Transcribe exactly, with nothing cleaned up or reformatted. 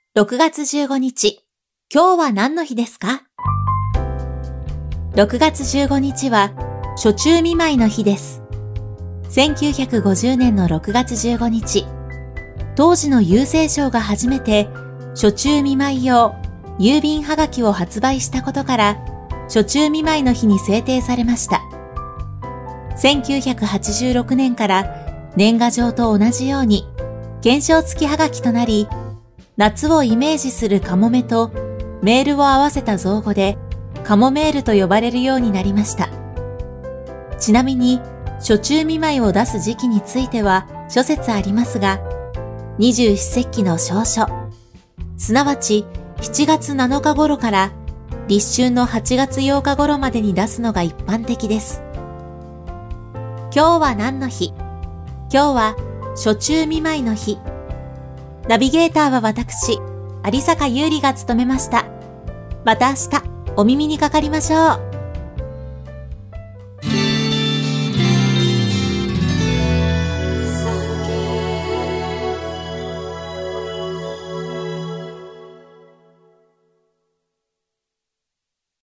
ろくがつじゅうごにち、今日は何の日ですか？ろくがつじゅうごにちは、暑中見舞いの日です。せんきゅうひゃくごじゅうねんのろくがつじゅうごにち、当時の郵政省が初めて、暑中見舞い用郵便はがきを発売したことから、暑中見舞いの日に制定されました。せんきゅうひゃくはちじゅうろくねんから年賀状と同じように、懸賞付きはがきとなり、夏をイメージするカモメとメールを合わせた造語で、カモメールと呼ばれるようになりました。ちなみに、暑中見舞いを出す時期については諸説ありますが、二十四節気の小暑、すなわちしちがつなのか頃から立春のはちがつようか頃までに出すのが一般的です。今日は何の日？今日は暑中見舞いの日。ナビゲーターは私、有坂優里が務めました。また明日お耳にかかりましょう。